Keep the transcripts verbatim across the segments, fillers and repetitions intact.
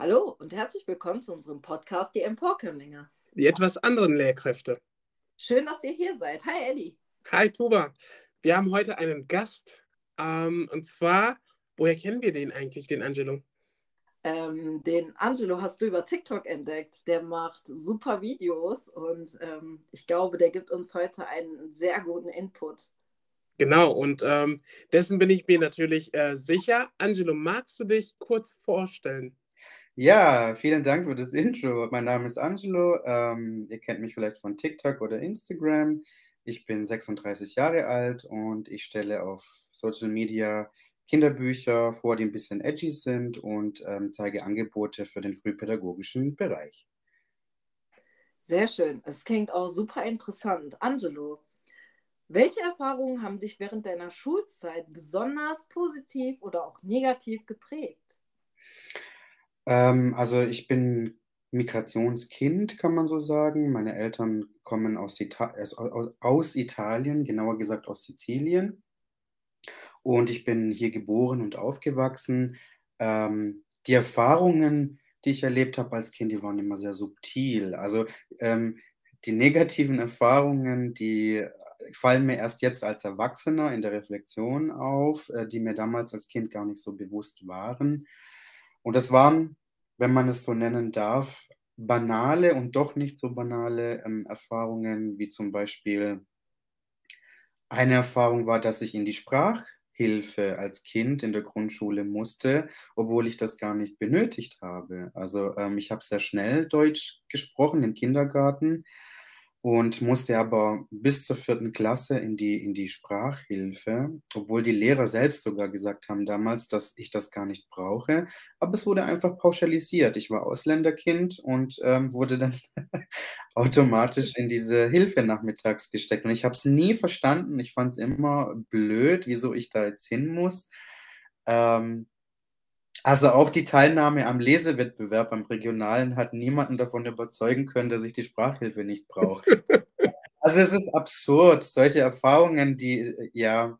Hallo und herzlich willkommen zu unserem Podcast Die Emporkömmlinge. Die etwas anderen Lehrkräfte. Schön, dass ihr hier seid. Hi Eddie. Hi Tuba. Wir haben heute einen Gast. Ähm, und zwar, woher kennen wir den eigentlich, den Angelo? Ähm, den Angelo hast du über TikTok entdeckt. Der macht super Videos und ähm, ich glaube, der gibt uns heute einen sehr guten Input. Genau, und ähm, dessen bin ich mir natürlich äh, sicher. Angelo, magst du dich kurz vorstellen? Ja, vielen Dank für das Intro. Mein Name ist Angelo. Ähm, ihr kennt mich vielleicht von TikTok oder Instagram. Ich bin sechsunddreißig Jahre alt und ich stelle auf Social Media Kinderbücher vor, die ein bisschen edgy sind und ähm, zeige Angebote für den frühpädagogischen Bereich. Sehr schön. Es klingt auch super interessant. Angelo, welche Erfahrungen haben dich während deiner Schulzeit besonders positiv oder auch negativ geprägt? Ähm, also ich bin Migrationskind, kann man so sagen. Meine Eltern kommen aus, Ita aus, aus Italien, genauer gesagt aus Sizilien. Und ich bin hier geboren und aufgewachsen. Ähm, die Erfahrungen, die ich erlebt habe als Kind, die waren immer sehr subtil. Also, ähm, die negativen Erfahrungen, die äh, fallen mir erst jetzt als Erwachsener in der Reflexion auf, äh, die mir damals als Kind gar nicht so bewusst waren. Und das waren, wenn man es so nennen darf, banale und doch nicht so banale, ähm, Erfahrungen, wie zum Beispiel eine Erfahrung war, dass ich in die Sprachhilfe als Kind in der Grundschule musste, obwohl ich das gar nicht benötigt habe. Also, ähm, ich habe sehr schnell Deutsch gesprochen im Kindergarten und musste aber bis zur vierten Klasse in die in die Sprachhilfe, obwohl die Lehrer selbst sogar gesagt haben damals, dass ich das gar nicht brauche. Aber es wurde einfach pauschalisiert. Ich war Ausländerkind und, ähm, wurde dann automatisch in diese Hilfe nachmittags gesteckt. Und ich habe es nie verstanden. Ich fand es immer blöd, wieso ich da jetzt hin muss. Ähm, also auch die Teilnahme am Lesewettbewerb, am regionalen, hat niemanden davon überzeugen können, dass ich die Sprachhilfe nicht brauche. Also es ist absurd. Solche Erfahrungen, die, äh, ja,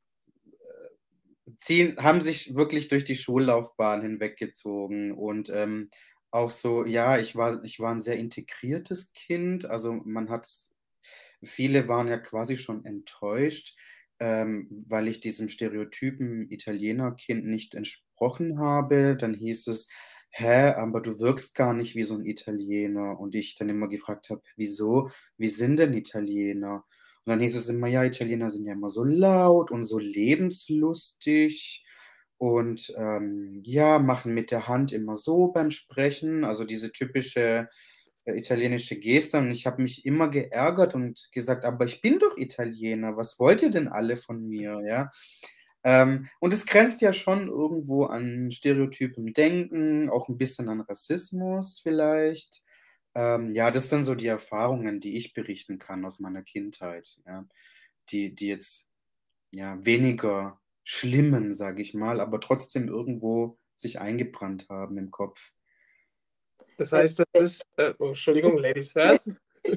ziehen haben sich wirklich durch die Schullaufbahn hinweggezogen und, ähm, auch so ja, ich war ich war 'n sehr integriertes Kind. Also, man hat viele waren ja quasi schon enttäuscht, ähm, weil ich diesem Stereotypen Italienerkind nicht entsprochen habe. Dann hieß es: „Hä, aber du wirkst gar nicht wie so 'n Italiener.“ Und ich dann immer gefragt habe: „Wieso? Wie sind denn Italiener?“ Und dann hieß es immer: „Ja, Italiener sind ja immer so laut und so lebenslustig und, ähm, ja, machen mit der Hand immer so beim Sprechen“, also diese typische, äh, italienische Geste. Und ich habe mich immer geärgert und gesagt: „Aber ich bin doch Italiener. Was wollt ihr denn alle von mir?“ Ja? Ähm, und es grenzt ja schon irgendwo an stereotypem Denken, auch 'n bisschen an Rassismus vielleicht. Ähm, ja, das sind so die Erfahrungen, die ich berichten kann aus meiner Kindheit, ja, die die jetzt, ja, weniger schlimmen, sage ich mal, aber trotzdem irgendwo sich eingebrannt haben im Kopf. Das Es, heißt, das ist, äh, oh, Entschuldigung, Ladies first.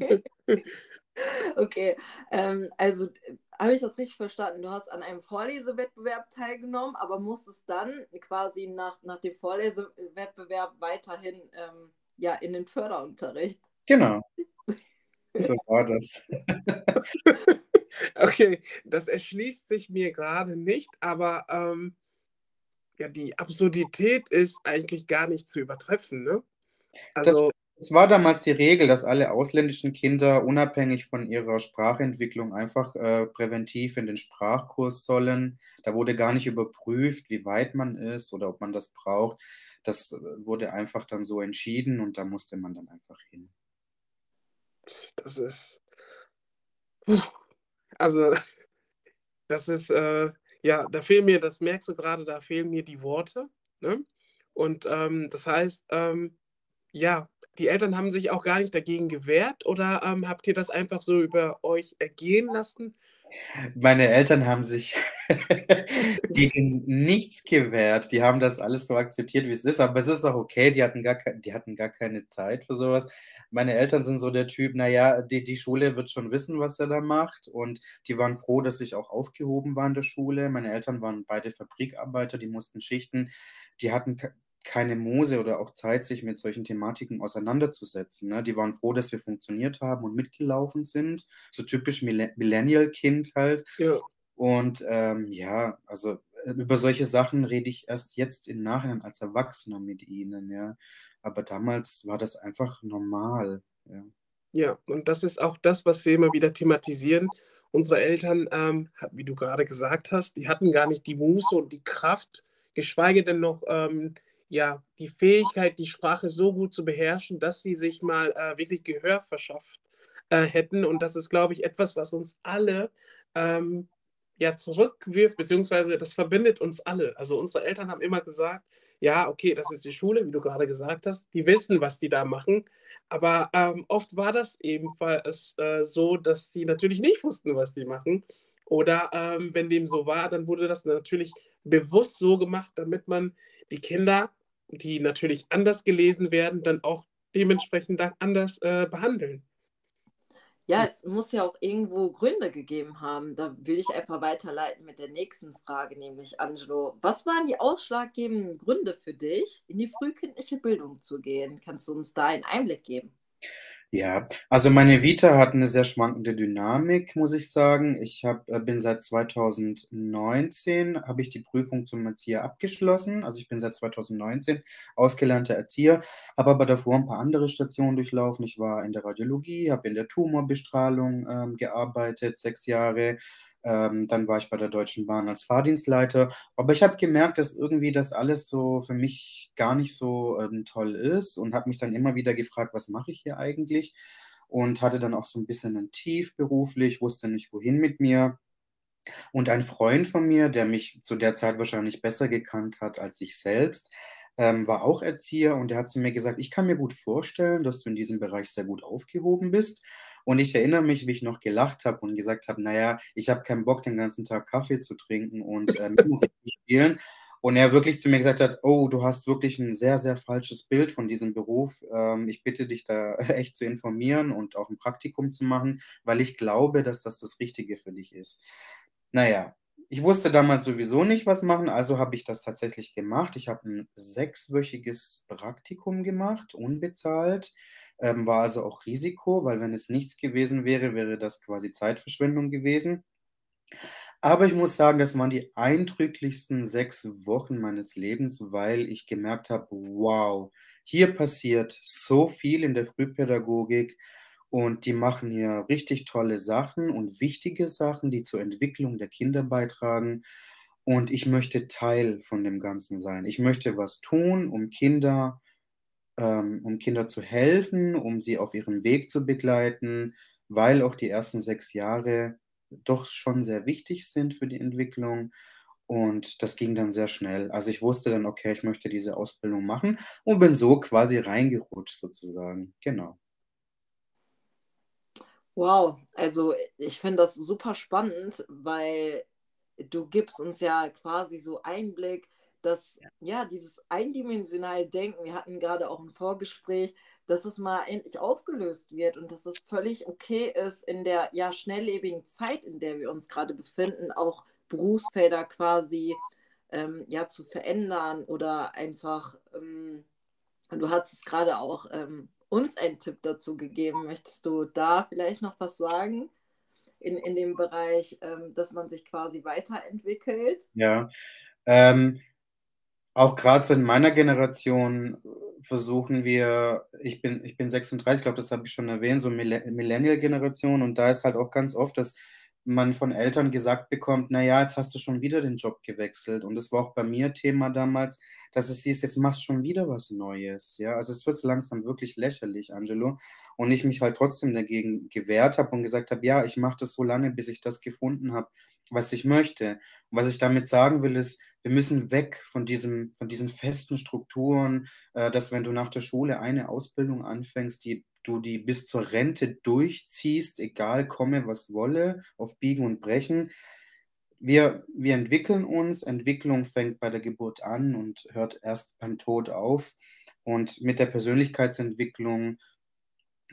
okay, ähm, also äh, habe ich das richtig verstanden? Du hast an einem Vorlesewettbewerb teilgenommen, aber musstest dann quasi nach, nach dem Vorlesewettbewerb weiterhin ähm, ja, in den Förderunterricht. Genau, so war das. Okay, das erschließt sich mir gerade nicht, aber ähm, ja, die Absurdität ist eigentlich gar nicht zu übertreffen, ne? Das Also, das war damals die Regel, dass alle ausländischen Kinder unabhängig von ihrer Sprachentwicklung einfach, äh, präventiv in den Sprachkurs sollen. Da wurde gar nicht überprüft, wie weit man ist oder ob man das braucht. Das, äh, wurde einfach dann so entschieden und da musste man dann einfach hin. das ist, also, das ist, äh, ja, da fehlen mir, das merkst du gerade, da fehlen mir die Worte, ne? Und, ähm, das heißt, ähm, ja, die Eltern haben sich auch gar nicht dagegen gewehrt oder, ähm, habt ihr das einfach so über euch ergehen lassen? Meine Eltern haben sich gegen nichts gewehrt. Die haben das alles so akzeptiert, wie es ist, aber es ist auch okay, die hatten gar kei die hatten gar keine Zeit für so was. Meine Eltern sind so der Typ: „Na ja, die die Schule wird schon wissen, was er da macht.“ Und die waren froh, dass ich auch aufgehoben war in der Schule. Meine Eltern waren beide Fabrikarbeiter, die mussten schichten. Die hatten kei keine Muse oder auch Zeit, sich mit solchen Thematiken auseinanderzusetzen, ne? Die waren froh, dass wir funktioniert haben und mitgelaufen sind. So typisch Mille Millennial-Kind halt. Ja. Und, ähm, ja, also, äh, über solche Sachen rede ich erst jetzt im Nachhinein als Erwachsener mit ihnen, ja. Aber damals war das einfach normal, ja. Ja, und das ist auch das, was wir immer wieder thematisieren. Unsere Eltern, ähm, ha wie du gerade gesagt hast, die hatten gar nicht die Muße und die Kraft, geschweige denn noch, ähm, ja, die Fähigkeit, die Sprache so gut zu beherrschen, dass sie sich mal, äh, wirklich Gehör verschafft, äh, hätten. Und das ist, glaube ich, etwas, was uns alle, ähm, ja, zurückwirft, beziehungsweise das verbindet uns alle. Also, unsere Eltern haben immer gesagt: „Ja, okay, das ist die Schule“, wie du gerade gesagt hast. Die wissen, was die da machen. Aber, ähm, oft war das ebenfalls, äh, so, dass die natürlich nicht wussten, was die machen. Oder, ähm, wenn dem so war, dann wurde das natürlich bewusst so gemacht, damit man die Kinder, die natürlich anders gelesen werden, dann auch dementsprechend dann anders, äh, behandeln. Ja, es muss ja auch irgendwo Gründe gegeben haben. Da will ich einfach weiterleiten mit der nächsten Frage, nämlich Angelo, was waren die ausschlaggebenden Gründe für dich, in die frühkindliche Bildung zu gehen? Kannst du uns da einen Einblick geben? Ja, also meine Vita hat eine sehr schwankende Dynamik, muss ich sagen. Ich habe äh, bin seit zweitausendneunzehn habe ich die Prüfung zum Erzieher abgeschlossen. Also, ich bin seit zweitausendneunzehn ausgelernter Erzieher, habe aber davor ein paar andere Stationen durchlaufen. Ich war in der Radiologie, habe in der Tumorbestrahlung, ähm, gearbeitet, sechs Jahre. Ähm, dann war ich bei der Deutschen Bahn als Fahrdienstleiter. Aber ich habe gemerkt, dass irgendwie das alles so für mich gar nicht so, ähm, toll ist und habe mich dann immer wieder gefragt: „Was mache ich hier eigentlich?“ Und hatte dann auch so 'n bisschen 'nen Tief beruflich, wusste nicht, wohin mit mir. Und ein Freund von mir, der mich zu der Zeit wahrscheinlich besser gekannt hat als ich selbst, ähm, war auch Erzieher und der hat zu mir gesagt: „Ich kann mir gut vorstellen, dass du in diesem Bereich sehr gut aufgehoben bist.“ Und ich erinnere mich, wie ich noch gelacht habe und gesagt habe: „Na ja, ich habe keinen Bock, den ganzen Tag Kaffee zu trinken und, äh, Memory zu spielen.“ Und er wirklich zu mir gesagt hat: „Oh, du hast wirklich 'n sehr, sehr falsches Bild von diesem Beruf. Ähm, ich bitte dich da echt zu informieren und auch 'n Praktikum zu machen, weil ich glaube, dass das das Richtige für dich ist.“ Na ja, ich wusste damals sowieso nicht, was machen, also habe ich das tatsächlich gemacht. Ich habe 'n sechswöchiges Praktikum gemacht, unbezahlt, ähm, war also auch Risiko, weil wenn es nichts gewesen wäre, wäre das quasi Zeitverschwendung gewesen. Aber ich muss sagen, das waren die eindrücklichsten sechs Wochen meines Lebens, weil ich gemerkt habe: „Wow, hier passiert so viel in der Frühpädagogik und die machen hier richtig tolle Sachen und wichtige Sachen, die zur Entwicklung der Kinder beitragen. Und ich möchte Teil von dem Ganzen sein. Ich möchte was tun, um Kinder ähm, um Kinder zu helfen, um sie auf ihrem Weg zu begleiten, weil auch die ersten sechs Jahre doch schon sehr wichtig sind für die Entwicklung. Und das ging dann sehr schnell. Also, ich wusste dann: „Okay, ich möchte diese Ausbildung machen“ und bin so quasi reingerutscht sozusagen. Genau. Wow, also ich finde das super spannend, weil du gibst uns ja quasi so Einblick, dass ja dieses eindimensionale Denken, wir hatten gerade auch ein Vorgespräch, dass es mal endlich aufgelöst wird und dass es völlig okay ist, in der ja schnelllebigen Zeit, in der wir uns gerade befinden, auch Berufsfelder quasi ähm, ja zu verändern oder einfach ähm, und du hast es gerade auch ähm, uns einen Tipp dazu gegeben. Möchtest du da vielleicht noch was sagen in, in dem Bereich, ähm, dass man sich quasi weiterentwickelt? Ja, ähm, auch grad so in meiner Generation äh, versuchen wir ich bin ich bin sechsunddreißig, ich glaube, das habe ich schon erwähnt, so Mille Millennial-Generation und da ist halt auch ganz oft, dass man von Eltern gesagt bekommt: „Na ja, jetzt hast du schon wieder den Job gewechselt.“ Und das war auch bei mir Thema damals, dass es hieß: „Jetzt machst du schon wieder was Neues“, ja? Also, es wird so langsam wirklich lächerlich, Angelo. Und ich mich halt trotzdem dagegen gewehrt habe und gesagt habe: „Ja, ich mache das so lange, bis ich das gefunden habe, was ich möchte.“ Und was ich damit sagen will, ist, wir müssen weg von diesem von diesen festen Strukturen, äh, dass wenn du nach der Schule eine Ausbildung anfängst, die du die bis zur Rente durchziehst, egal komme, was wolle, auf Biegen und Brechen. Wir wir entwickeln uns. Entwicklung fängt bei der Geburt an und hört erst beim Tod auf. Und mit der Persönlichkeitsentwicklung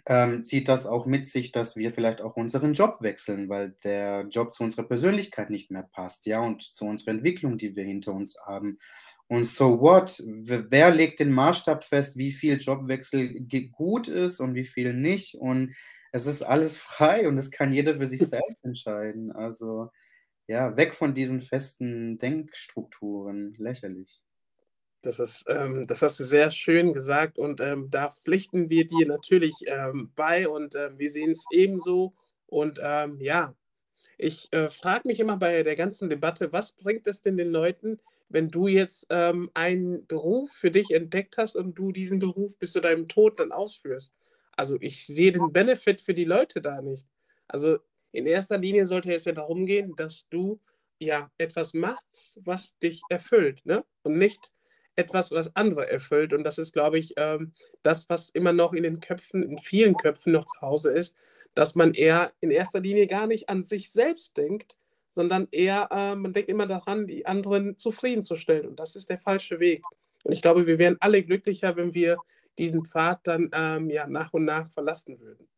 ähm, zieht das auch mit sich, dass wir vielleicht auch unseren Job wechseln, weil der Job zu unserer Persönlichkeit nicht mehr passt, ja, und zu unserer Entwicklung, die wir hinter uns haben. Und so what? W wer legt den Maßstab fest, wie viel Jobwechsel ge gut ist und wie viel nicht? Und es ist alles frei und das kann jeder für sich selbst entscheiden. Also, ja, weg von diesen festen Denkstrukturen, lächerlich. Das ist, ähm, das hast du sehr schön gesagt und ähm, da pflichten wir dir natürlich ähm, bei und ähm, wir sehen es ebenso. Und ähm, ja, ich äh, frage mich immer bei der ganzen Debatte, was bringt es denn den Leuten, wenn du jetzt ähm, einen Beruf für dich entdeckt hast und du diesen Beruf bis zu deinem Tod dann ausführst? Also ich sehe den Benefit für die Leute da nicht. Also in erster Linie sollte es ja darum gehen, dass du ja etwas machst, was dich erfüllt, ne? Und nicht etwas, was andere erfüllt. Und das ist, glaube ich, ähm, das, was immer noch in den Köpfen, in vielen Köpfen noch zu Hause ist, dass man eher in erster Linie gar nicht an sich selbst denkt, sondern eher, äh, man denkt immer daran, die anderen zufriedenzustellen. Und das ist der falsche Weg. Und ich glaube, wir wären alle glücklicher, wenn wir diesen Pfad dann ähm, ja, nach und nach verlassen würden.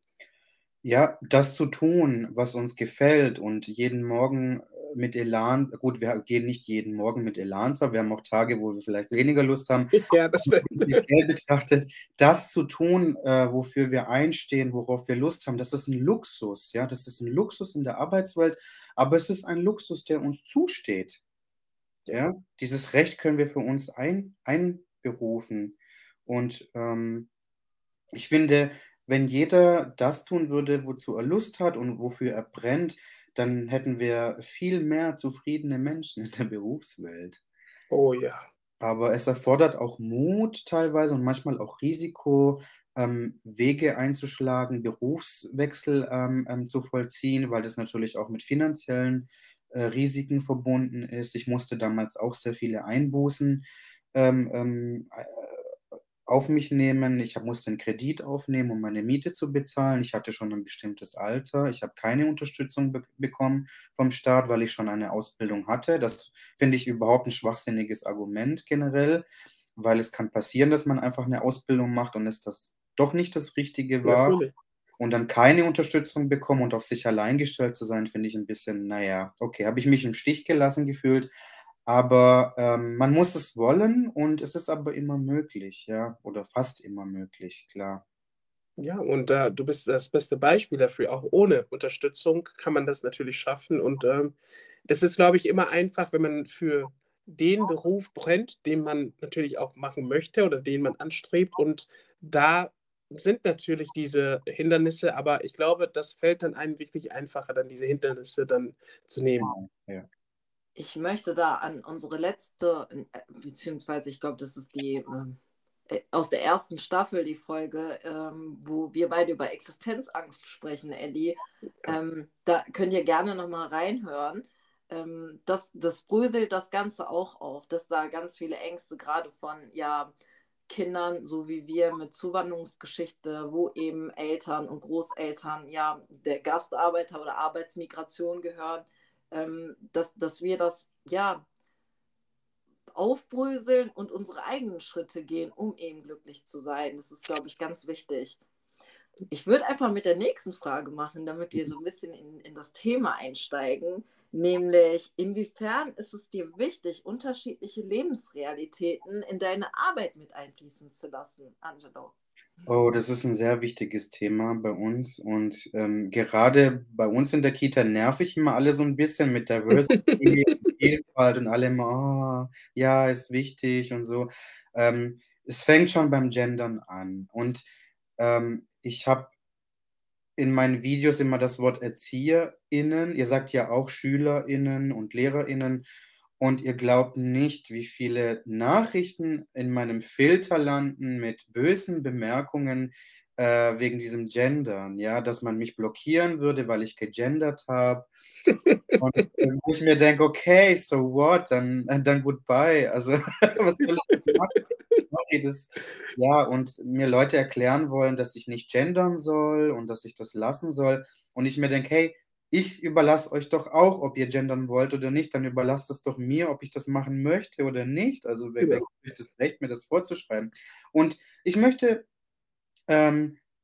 Ja, das zu tun, was uns gefällt und jeden Morgen, äh, mit Elan gut, wir gehen nicht jeden Morgen mit Elan zur wir haben auch Tage, wo wir vielleicht weniger Lust haben. Ja, das Aber stimmt. prinzipiell betrachtet, das zu tun, äh, wofür wir einstehen, worauf wir Lust haben, das ist 'n Luxus, ja? Das ist 'n Luxus in der Arbeitswelt, aber es ist ein Luxus, der uns zusteht, Ja, ja? Dieses Recht können wir für uns ein einberufen. Und, ähm, ich finde, wenn jeder das tun würde, wozu er Lust hat und wofür er brennt, dann hätten wir viel mehr zufriedene Menschen in der Berufswelt. oh ja. Aber es erfordert auch Mut teilweise und manchmal auch Risiko, ähm, Wege einzuschlagen, Berufswechsel, ähm, ähm, zu vollziehen, weil das natürlich auch mit finanziellen, äh, Risiken verbunden ist. Ich musste damals auch sehr viele Einbußen, ähm, ähm, äh, auf mich nehmen. Ich habe musste 'n Kredit aufnehmen, um meine Miete zu bezahlen. Ich hatte schon ein bestimmtes Alter. Ich habe keine Unterstützung be bekommen vom Staat, weil ich schon eine Ausbildung hatte. Das finde ich überhaupt 'n schwachsinniges Argument generell, weil es kann passieren, dass man einfach 'ne Ausbildung macht und es das doch nicht das Richtige war Natürlich. und dann keine Unterstützung bekommen und auf sich allein gestellt zu sein, finde ich 'n bisschen, na ja, okay, habe ich mich im Stich gelassen gefühlt. Aber, ähm, man muss es wollen und es ist aber immer möglich, ja, oder fast immer möglich, klar. Ja, und äh, du bist das beste Beispiel dafür. Auch ohne Unterstützung kann man das natürlich schaffen. Und ähm, das ist, glaube ich, immer einfach, wenn man für den Beruf brennt, den man natürlich auch machen möchte oder den man anstrebt. Und da sind natürlich diese Hindernisse, aber ich glaube, das fällt dann einem wirklich einfacher, dann diese Hindernisse dann zu nehmen. Genau, ja. Ich möchte da an unsere letzte, äh, beziehungsweise ich glaube, das ist die ähm, äh, aus der ersten Staffel die Folge, ähm, wo wir beide über Existenzangst sprechen, Eddie. Ähm, da könnt ihr gerne nochmal reinhören. Ähm, das, das bröselt das Ganze auch auf, dass da ganz viele Ängste gerade von ja, Kindern, so wie wir mit Zuwanderungsgeschichte, wo eben Eltern und Großeltern ja der Gastarbeiter oder Arbeitsmigration gehören, ähm, dass, dass wir das ja aufbröseln und unsere eigenen Schritte gehen, um eben glücklich zu sein. Das ist, glaube ich, ganz wichtig. Ich würde einfach mit der nächsten Frage machen, damit wir so ein bisschen in, in das Thema einsteigen, nämlich inwiefern ist es dir wichtig, unterschiedliche Lebensrealitäten in deine Arbeit mit einfließen zu lassen, Angelo? Oh, das ist 'n sehr wichtiges Thema bei uns und, ähm, gerade bei uns in der Kita nerve ich immer alle so 'n bisschen mit Diversity und Vielfalt und alle immer: „Oh, ja, ist wichtig“ und so. Ähm, es fängt schon beim Gendern an und, ähm, ich habe in meinen Videos immer das Wort ErzieherInnen. Ihr sagt ja auch SchülerInnen und LehrerInnen und ihr glaubt nicht, wie viele Nachrichten in meinem Filter landen mit bösen Bemerkungen, äh, wegen diesem Gendern, ja, dass man mich blockieren würde, weil ich gegendert habe. Und, ähm, wo ich mir denke: „Okay, so what? Dann äh, dann goodbye.“ Also, was soll ich jetzt machen? Sorry, das ja, und mir Leute erklären wollen, dass ich nicht gendern soll und dass ich das lassen soll. Und ich mir denke: „Hey, ich überlasse euch doch auch, ob ihr gendern wollt oder nicht. Dann überlasst es doch mir, ob ich das machen möchte oder nicht. Also, wer wer Genau. gibt euch das Recht, mir das vorzuschreiben?“ Und ich möchte, ähm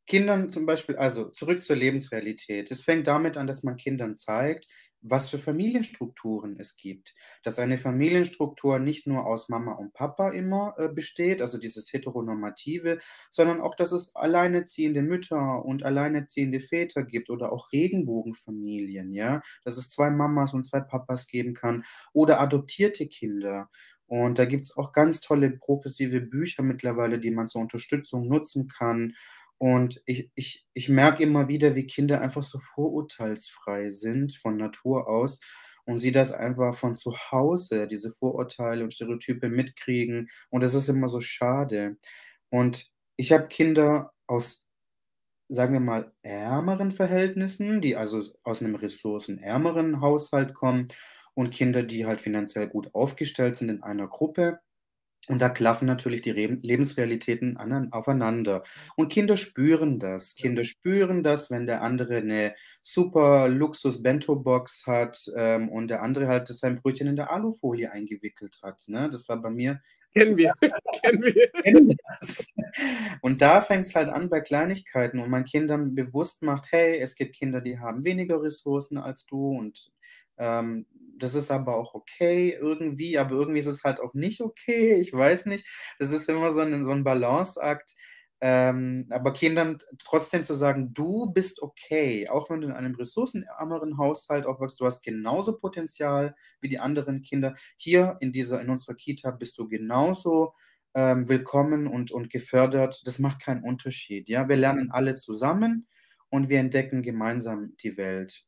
Kindern zum Beispiel also zurück zur Lebensrealität. Es fängt damit an, dass man Kindern zeigt, was für Familienstrukturen es gibt. Dass eine Familienstruktur nicht nur aus Mama und Papa immer, äh, besteht, also dieses Heteronormative, sondern auch, dass es alleinerziehende Mütter und alleinerziehende Väter gibt oder auch Regenbogenfamilien, ja? Dass es zwei Mamas und zwei Papas geben kann oder adoptierte Kinder. Und da gibt's auch ganz tolle progressive Bücher mittlerweile, die man zur Unterstützung nutzen kann. Und ich ich ich merke immer wieder, wie Kinder einfach so vorurteilsfrei sind von Natur aus und sie das einfach von zu Hause, diese Vorurteile und Stereotype mitkriegen und das ist immer so schade. Und ich habe Kinder aus, sagen wir mal, ärmeren Verhältnissen, die also s aus 'nem ressourcenärmeren Haushalt kommen und Kinder, die halt finanziell gut aufgestellt sind in einer Gruppe. Und da klaffen natürlich die Reben Lebensrealitäten anan aufeinander. Und Kinder spüren das. Ja. Kinder spüren das, wenn der andere 'ne super Luxus-Bento-Box hat, ähm, und der andere halt das sein Brötchen in der Alufolie eingewickelt hat, ne? Das war bei mir Kennen wir, kennen wir. kennen das. Und da fängt's halt an bei Kleinigkeiten, wo man Kindern bewusst macht: „Hey, es gibt Kinder, die haben weniger Ressourcen als du und, ähm, das ist aber auch okay irgendwie, aber irgendwie ist es halt auch nicht okay.“ Ich weiß nicht. Das ist immer so 'nen so 'n Balanceakt, ähm, aber Kindern t trotzdem zu sagen: „Du bist okay, auch wenn du in einem ressourcenärmeren Haushalt aufwächst. Du hast genauso Potenzial wie die anderen Kinder. Hier in dieser in unserer Kita bist du genauso, ähm, willkommen und und gefördert. Das macht keinen Unterschied, ja? Wir lernen alle zusammen und wir entdecken gemeinsam die Welt.“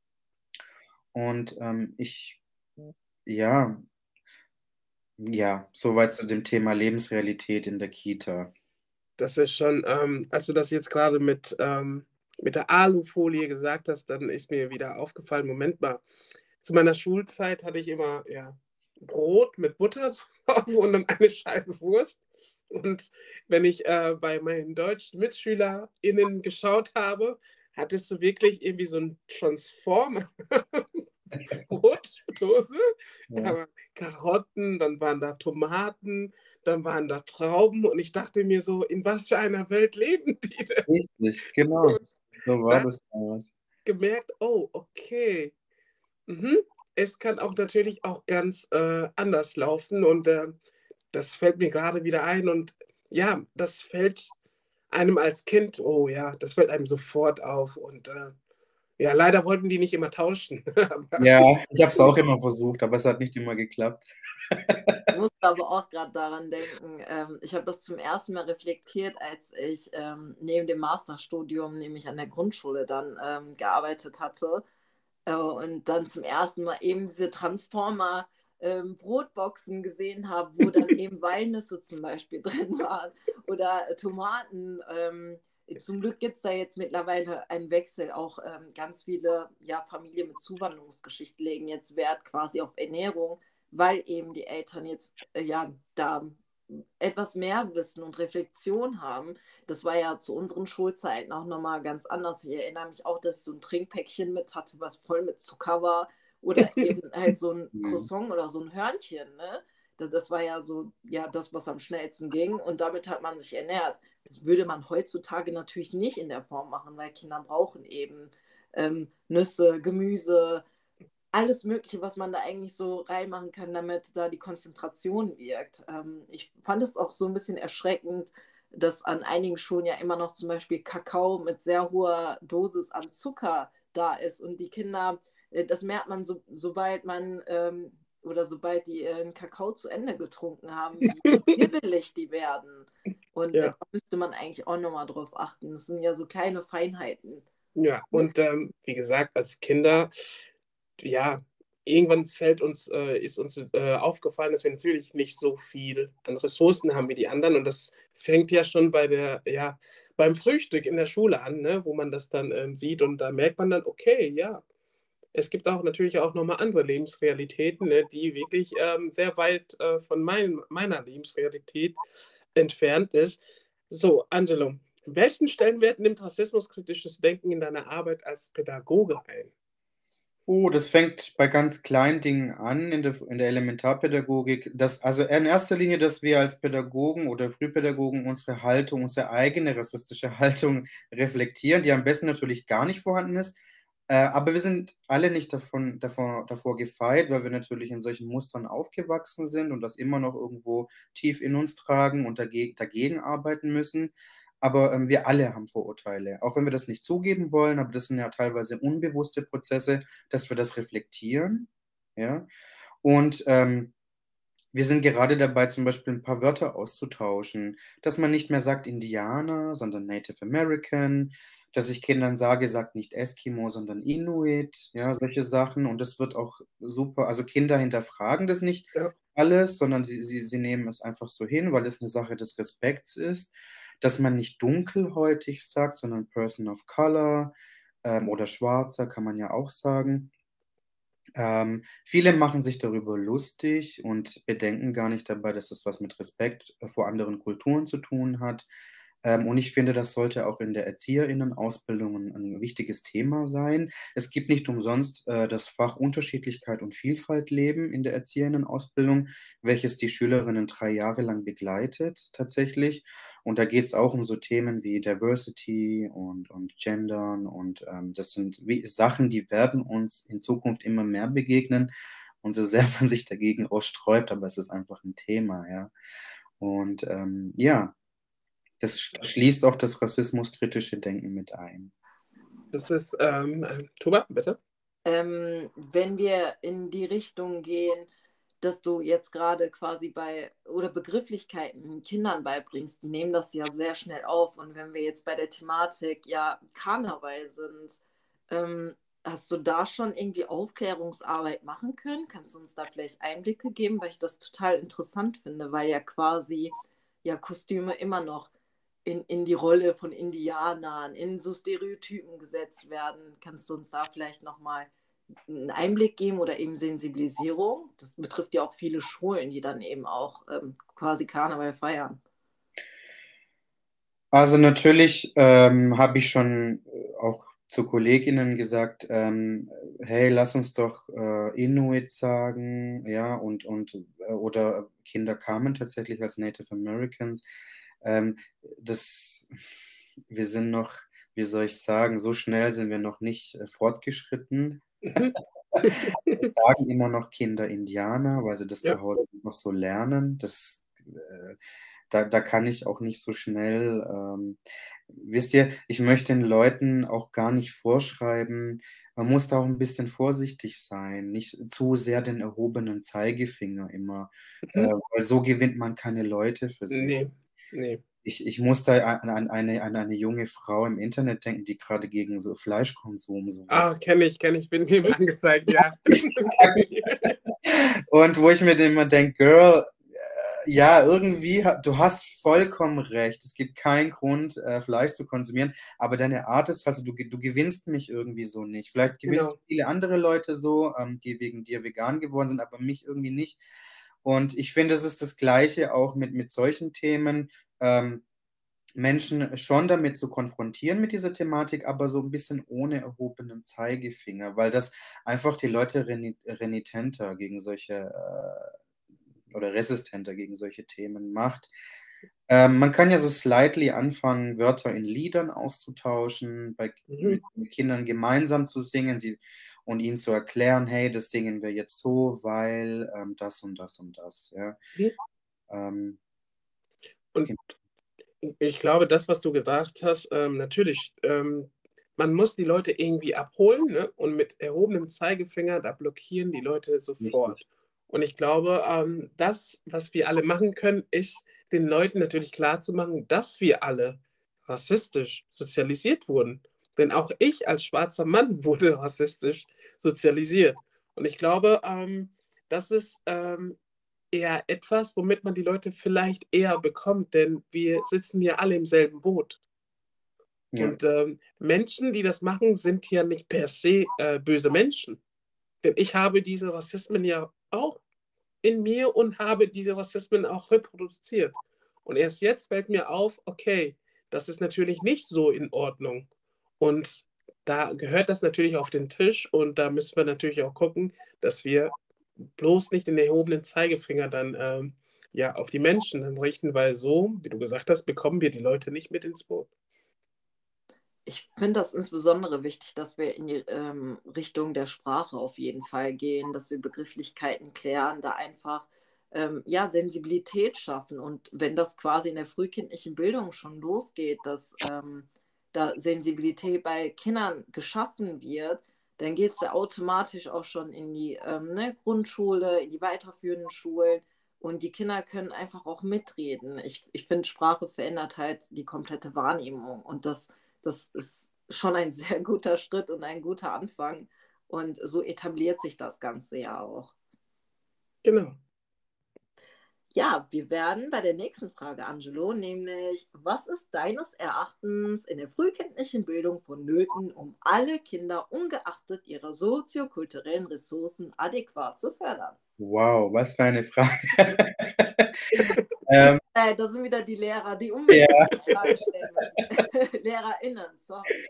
Und, ähm, ich ja ja, soweit zu dem Thema Lebensrealität in der Kita. Das ist schon, ähm als du das jetzt grade mit, ähm mit der Alufolie gesagt hast, dann ist mir wieder aufgefallen, Moment mal, zu meiner Schulzeit hatte ich immer, ja, Brot mit Butter drauf und dann eine Scheibe Wurst. Und wenn ich, äh, bei meinen deutschen MitschülerInnen geschaut habe, hattest du wirklich irgendwie so 'n Transformer Brotdose. Da Ja. waren Karotten, dann waren da Tomaten, dann waren da Trauben und ich dachte mir so: „In was für einer Welt leben die denn?“ Richtig, genau. Und So war da das damals. gemerkt: „Oh, okay. Mhm. Es kann auch natürlich auch ganz, äh, anders laufen.“ Und, äh, das fällt mir grade wieder ein und ja, das fällt einem als Kind oh ja, das fällt einem sofort auf und, äh, ja, leider wollten die nicht immer tauschen. Aber Ja, ich habe es auch immer versucht, aber es hat nicht immer geklappt. Ich musste aber auch grad daran denken, ähm, ich habe das zum ersten Mal reflektiert, als ich, ähm, neben dem Masterstudium nämlich an der Grundschule dann, ähm, gearbeitet hatte, äh, und dann zum ersten Mal eben diese Transformer, ähm, Brotboxen gesehen habe, wo dann eben Walnüsse zum Beispiel drin waren oder Tomaten. Ähm, zum Glück gibt's da jetzt mittlerweile einen Wechsel. Auch, ähm, ganz viele, ja, Familien mit Zuwanderungsgeschichte legen jetzt Wert quasi auf Ernährung, weil eben die Eltern jetzt, äh, ja, da etwas mehr Wissen und Reflexion haben. Das war ja zu unseren Schulzeiten auch noch mal ganz anders. Ich erinnere mich auch, dass ich so 'n Trinkpäckchen mit hatte, was voll mit Zucker war oder eben halt so 'n Mhm. Croissant oder so 'n Hörnchen, ne? Da das war ja so, ja, das, was am schnellsten ging und damit hat man sich ernährt. Das würde man heutzutage natürlich nicht in der Form machen, weil Kinder brauchen eben, ähm, Nüsse, Gemüse, alles Mögliche, was man da eigentlich so reinmachen kann, damit da die Konzentration wirkt. Ähm, ich fand es auch so 'n bisschen erschreckend, dass an einigen Schulen ja immer noch zum Beispiel Kakao mit sehr hoher Dosis an Zucker da ist und die Kinder äh, das merkt man, so sobald man, ähm oder sobald die ihren Kakao zu Ende getrunken haben, wie hibbelig die werden. Und, äh, Ja. da müsste man eigentlich auch noch mal drauf achten. Das sind ja so kleine Feinheiten. Ja, und, ähm, wie gesagt, als Kinder ja, irgendwann fällt uns äh, ist uns, äh, aufgefallen, dass wir natürlich nicht so viel an Ressourcen haben wie die anderen und das fängt ja schon bei der ja, beim Frühstück in der Schule an, ne, wo man das dann, ähm, sieht und da merkt man dann: „Okay, ja, es gibt auch natürlich auch noch mal andere Lebensrealitäten, ne, die wirklich, ähm, sehr weit, äh, von mein meiner Lebensrealität entfernt ist.“ So, Angelo, welchen Stellenwert nimmt rassismuskritisches Denken in deiner Arbeit als Pädagoge ein? Oh, das fängt bei ganz kleinen Dingen an in der in der Elementarpädagogik, dass also in erster Linie, dass wir als Pädagogen oder Frühpädagogen unsere Haltung, unsere eigene rassistische Haltung reflektieren, die am besten natürlich gar nicht vorhanden ist. Äh, aber wir sind alle nicht davon davor davor gefeit, weil wir natürlich in solchen Mustern aufgewachsen sind und das immer noch irgendwo tief in uns tragen und dage dagegen arbeiten müssen. Aber, ähm, wir alle haben Vorurteile, auch wenn wir das nicht zugeben wollen, aber das sind ja teilweise unbewusste Prozesse, dass wir das reflektieren, ja? Und, ähm, wir sind gerade dabei, zum Beispiel ein paar Wörter auszutauschen, dass man nicht mehr sagt Indianer, sondern Native American, dass ich Kindern sage: „Sagt nicht Eskimo, sondern Inuit“, ja, solche Sachen. Und das wird auch super, also, Kinder hinterfragen das nicht Ja. alles, sondern sie sie sie nehmen es einfach so hin, weil es 'ne Sache des Respekts ist, dass man nicht dunkelhäutig sagt, sondern Person of Color, ähm, oder Schwarzer kann man ja auch sagen. Ähm, viele machen sich darüber lustig und bedenken gar nicht dabei, dass das was mit Respekt, äh, vor anderen Kulturen zu tun hat. Ähm, und ich finde, das sollte auch in der Erzieherinnenausbildung 'n 'n wichtiges Thema sein. Es gibt nicht umsonst, äh, das Fach Unterschiedlichkeit und Vielfalt leben in der Erzieherinnenausbildung, welches die Schülerinnen drei Jahre lang begleitet tatsächlich. Und da geht's auch um so Themen wie Diversity und und Gendern und, ähm, das sind wie Sachen, die werden uns in Zukunft immer mehr begegnen. Und so sehr man sich dagegen auch sträubt, aber es ist einfach 'n Thema, ja. Und, ähm, ja, das sch schließt auch das rassismuskritische Denken mit ein. Das ist, ähm, ähm Tuba, bitte? Ähm, wenn wir in die Richtung gehen, dass du jetzt gerade quasi bei oder Begrifflichkeiten Kindern beibringst, die nehmen das ja sehr schnell auf. Und wenn wir jetzt bei der Thematik, ja, Karneval sind, ähm, hast du da schon irgendwie Aufklärungsarbeit machen können? Kannst du uns da vielleicht Einblicke geben? Weil ich das total interessant finde, weil ja quasi, ja, Kostüme immer noch in in die Rolle von Indianern, in so Stereotypen gesetzt werden. Kannst du uns da vielleicht noch mal 'n Einblick geben oder eben Sensibilisierung? Das betrifft ja auch viele Schulen, die dann eben auch, ähm, quasi Karneval feiern. Also, natürlich, ähm, habe ich schon, äh, auch zu Kolleginnen gesagt, ähm: „Hey, lass uns doch, äh, Inuit sagen“, ja, und und, äh oder Kinder kamen tatsächlich als Native Americans. Ähm, das wir sind noch, wie soll ich sagen, so schnell sind wir noch nicht, äh, fortgeschritten. Mhm. Es sagen immer noch Kinder Indianer, weil sie das Ja. zu Hause noch so lernen. Das, äh da da kann ich auch nicht so schnell, ähm wisst ihr, ich möchte den Leuten auch gar nicht vorschreiben, man muss da auch 'n bisschen vorsichtig sein, nicht zu sehr den erhobenen Zeigefinger immer, äh, Mhm. weil so gewinnt man keine Leute für sich. Ne, ne. Ich ich muss da an an eine an eine junge Frau im Internet denken, die grade gegen so Fleischkonsum so Ah, kenne ich, kenne ich, wird mir immer Ich angezeigt, ja. Kenne ich. Und wo ich mir dann immer denke: „Girl, äh, ja, irgendwie ha du hast vollkommen recht. Es gibt keinen Grund, äh, Fleisch zu konsumieren, aber deine Art ist also, du ge du gewinnst mich irgendwie so nicht. Vielleicht gewinnst du Genau. viele andere Leute so, ähm, die wegen dir vegan geworden sind, aber mich irgendwie nicht.“ Und ich finde, es ist das Gleiche auch mit mit solchen Themen, ähm, Menschen schon damit zu konfrontieren mit dieser Thematik, aber so 'n bisschen ohne erhobenen Zeigefinger, weil das einfach die Leute reni renitenter gegen solche, äh oder resistenter gegen solche Themen macht. Ähm, man kann ja so slightly anfangen, Wörter in Liedern auszutauschen, bei Mhm. mit mit Kindern gemeinsam zu singen, sie und ihnen zu erklären: „Hey, das singen wir jetzt so, weil, ähm, das und das und das“, ja? Mhm. Ähm Und Gen ich glaube, das, was du gesagt hast, ähm, natürlich, ähm, man muss die Leute irgendwie abholen, ne? Und mit erhobenem Zeigefinger, da blockieren die Leute Richtig. sofort. Und ich glaube, ähm, das, was wir alle machen können, ist, den Leuten natürlich klarzumachen, dass wir alle rassistisch sozialisiert wurden. Denn auch ich als schwarzer Mann wurde rassistisch sozialisiert. Und ich glaube, ähm, das ist, ähm, eher etwas, womit man die Leute vielleicht eher bekommt, denn wir sitzen ja alle im selben Boot. Ja. Und, ähm, Menschen, die das machen, sind ja nicht per se, äh, böse Menschen. Denn ich habe diese Rassismen ja auch in mir und habe diese Rassismen auch reproduziert. Und erst jetzt fällt mir auf: „Okay, das ist natürlich nicht so in Ordnung.“ Und da gehört das natürlich auf den Tisch und da müssen wir natürlich auch gucken, dass wir bloß nicht den erhobenen Zeigefinger dann, ähm, ja, auf die Menschen dann richten, weil so, wie du gesagt hast, bekommen wir die Leute nicht mit ins Boot. Ich finde das insbesondere wichtig, dass wir in die ähm, Richtung der Sprache auf jeden Fall gehen, dass wir Begrifflichkeiten klären, da einfach ähm, ja, Sensibilität schaffen. Und wenn das quasi in der frühkindlichen Bildung schon losgeht, dass ähm, da Sensibilität bei Kindern geschaffen wird, dann geht es ja automatisch auch schon in die ähm, ne, Grundschule, in die weiterführenden Schulen. Und die Kinder können einfach auch mitreden. Ich, ich finde, Sprache verändert halt die komplette Wahrnehmung. Und das das ist schon ein sehr guter Schritt und ein guter Anfang. Und so etabliert sich das Ganze ja auch. Genau. Ja, wir werden bei der nächsten Frage, Angelo, nämlich, was ist deines Erachtens in der frühkindlichen Bildung vonnöten, um alle Kinder ungeachtet ihrer soziokulturellen Ressourcen adäquat zu fördern? Wow, was für eine Frage. ähm, äh, da sind wieder die Lehrer, die unbedingt ja. die Frage stellen müssen. LehrerInnen, sorry.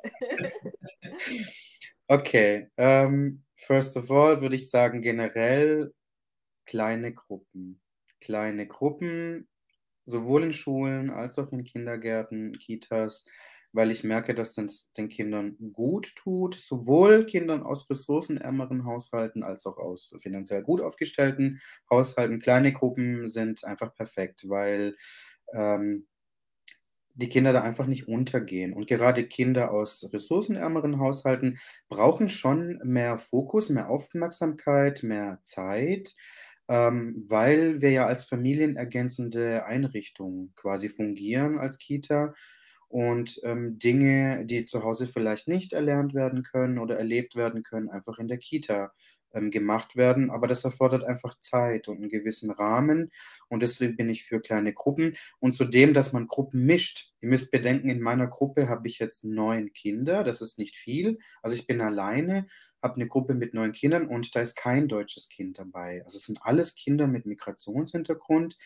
Okay, ähm, first of all würde ich sagen, generell kleine Gruppen. Kleine Gruppen, sowohl in Schulen als auch in Kindergärten, Kitas, weil ich merke, dass es den Kindern gut tut, sowohl Kindern aus ressourcenärmeren Haushalten als auch aus finanziell gut aufgestellten Haushalten. Kleine Gruppen sind einfach perfekt, weil ähm, die Kinder da einfach nicht untergehen. Und gerade Kinder aus ressourcenärmeren Haushalten brauchen schon mehr Fokus, mehr Aufmerksamkeit, mehr Zeit, ähm, weil wir ja als familienergänzende Einrichtung quasi fungieren als Kita und ähm, Dinge, die zu Hause vielleicht nicht erlernt werden können oder erlebt werden können, einfach in der Kita ähm, gemacht werden. Aber das erfordert einfach Zeit und einen gewissen Rahmen. Und deswegen bin ich für kleine Gruppen. Und zudem, dass man Gruppen mischt. Ihr müsst bedenken, in meiner Gruppe habe ich jetzt neun Kinder. Das ist nicht viel. Also ich bin alleine, habe eine Gruppe mit neun Kindern und da ist kein deutsches Kind dabei. Also es sind alles Kinder mit Migrationshintergrund.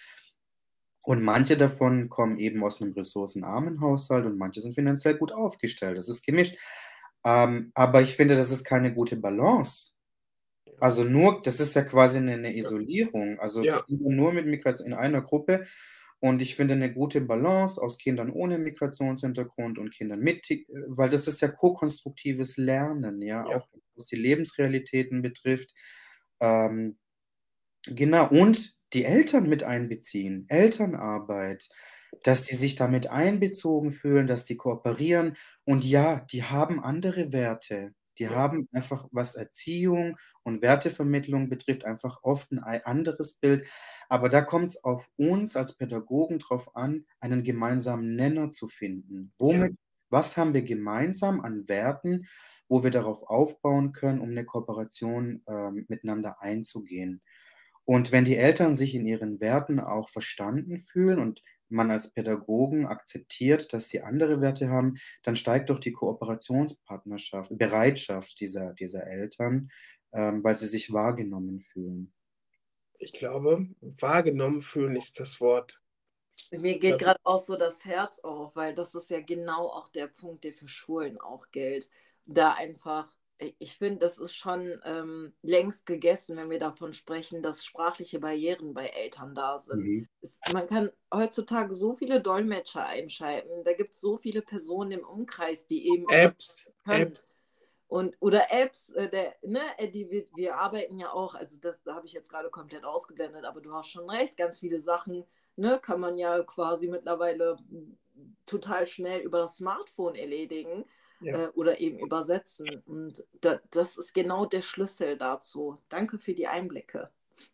Und manche davon kommen eben aus einem ressourcenarmen Haushalt und manche sind finanziell gut aufgestellt. Das ist gemischt. Ähm, aber ich finde, das ist keine gute Balance. Also nur, das ist ja quasi eine, eine Isolierung. Also Ja, Kinder nur mit Migration in einer Gruppe. Und ich finde eine gute Balance aus Kindern ohne Migrationshintergrund und Kindern mit, äh, weil das ist ja ko-konstruktives Lernen, ja, ja, auch was die Lebensrealitäten betrifft. Ähm, Genau, und die Eltern mit einbeziehen, Elternarbeit, dass die sich damit einbezogen fühlen, dass die kooperieren. Und ja, die haben andere Werte. Die ja, haben einfach, was Erziehung und Wertevermittlung betrifft, einfach oft ein ei anderes Bild. Aber da kommt es auf uns als Pädagogen drauf an, einen gemeinsamen Nenner zu finden. ja, Womit was haben wir gemeinsam an Werten, wo wir darauf aufbauen können, um eine Kooperation, ähm, miteinander einzugehen? Und wenn die Eltern sich in ihren Werten auch verstanden fühlen und man als Pädagogen akzeptiert, dass sie andere Werte haben, dann steigt doch die Kooperationspartnerschaft Bereitschaft dieser dieser Eltern, ähm, weil sie sich wahrgenommen fühlen. ich glaube, wahrgenommen fühlen ist das Wort. Mir geht Das, gerade auch so das Herz auf, weil das ist ja genau auch der Punkt, der für Schulen auch gilt. Da einfach, ich finde, das ist schon ähm, längst gegessen, wenn wir davon sprechen, dass sprachliche Barrieren bei Eltern da sind. Mhm. Es, man kann heutzutage so viele Dolmetscher einschalten, da gibt es so viele Personen im Umkreis, die eben über Apps, können. Apps, Und, oder Apps, äh, der, ne, äh, die, wir, wir arbeiten ja auch, also das da habe ich jetzt gerade komplett ausgeblendet, aber du hast schon recht, ganz viele Sachen, ne, kann man ja quasi mittlerweile total schnell über das Smartphone erledigen ja. äh, oder eben übersetzen. Und da, das ist genau der Schlüssel dazu. Danke für die Einblicke.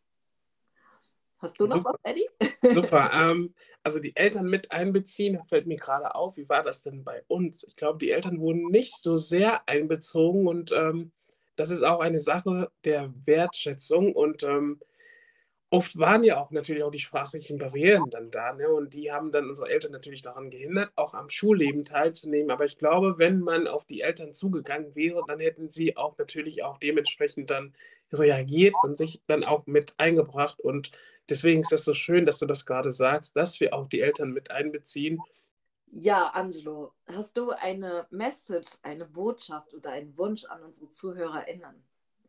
Hast du noch was, Super, Eddie? super. Ähm, also die Eltern mit einbeziehen, da fällt mir gerade auf, wie war das denn bei uns? Ich glaube, die Eltern wurden nicht so sehr einbezogen und ähm, das ist auch eine Sache der Wertschätzung und ähm, oft waren ja auch natürlich auch die sprachlichen Barrieren dann da, ne? Und die haben dann unsere Eltern natürlich daran gehindert, auch am Schulleben teilzunehmen. Aber ich glaube, wenn man auf die Eltern zugegangen wäre, dann hätten sie auch natürlich auch dementsprechend dann reagiert und sich dann auch mit eingebracht. Und deswegen ist das so schön, dass du das gerade sagst, dass wir auch die Eltern mit einbeziehen. Ja, Angelo, hast du eine Message, eine Botschaft oder einen Wunsch an unsere ZuhörerInnen?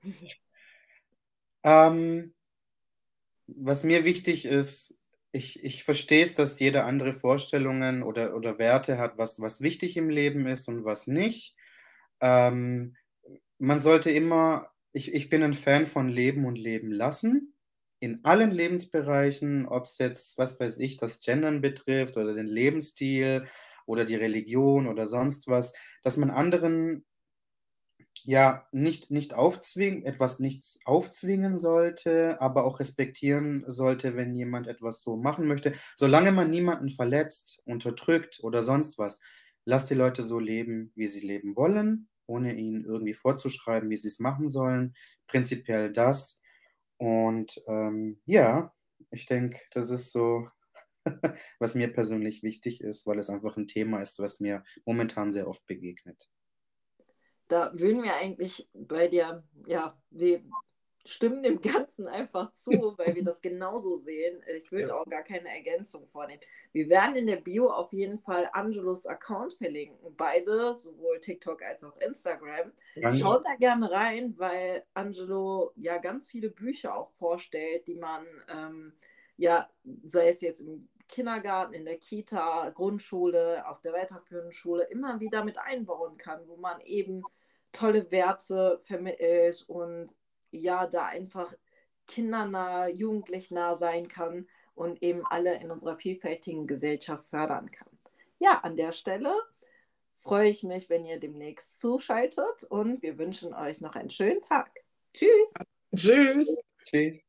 Ähm, was mir wichtig ist, ich, ich verstehe es, dass jeder andere Vorstellungen oder, oder Werte hat, was, was wichtig im Leben ist und was nicht. Ähm, man sollte immer, ich, ich bin ein Fan von Leben und Leben lassen. In allen Lebensbereichen, ob es jetzt, was weiß ich, das Gendern betrifft oder den Lebensstil oder die Religion oder sonst was, dass man anderen ja nicht, nicht aufzwingen, etwas nichts aufzwingen sollte, aber auch respektieren sollte, wenn jemand etwas so machen möchte. Solange man niemanden verletzt, unterdrückt oder sonst was, lasst die Leute so leben, wie sie leben wollen, ohne ihnen irgendwie vorzuschreiben, wie sie es machen sollen. Prinzipiell das. Und ähm, ja, ich denke, das ist so, was mir persönlich wichtig ist, weil es einfach ein Thema ist, was mir momentan sehr oft begegnet. Da würden wir eigentlich bei dir, ja, wir stimmen dem Ganzen einfach zu, weil wir das genauso sehen. Ich würde auch gar keine Ergänzung vornehmen. Wir werden in der Bio auf jeden Fall Angelos Account verlinken. Beide, sowohl TikTok als auch Instagram. Danke. Schaut da gerne rein, weil Angelo ja ganz viele Bücher auch vorstellt, die man, ähm, ja, sei es jetzt im Kindergarten, in der Kita, Grundschule, auf der weiterführenden Schule immer wieder mit einbauen kann, wo man eben tolle Werte vermittelt und ja, da einfach kindernah, jugendlichnah sein kann und eben alle in unserer vielfältigen Gesellschaft fördern kann. Ja, an der Stelle freue ich mich, wenn ihr demnächst zuschaltet und wir wünschen euch noch einen schönen Tag. Tschüss! Tschüss! Tschüss.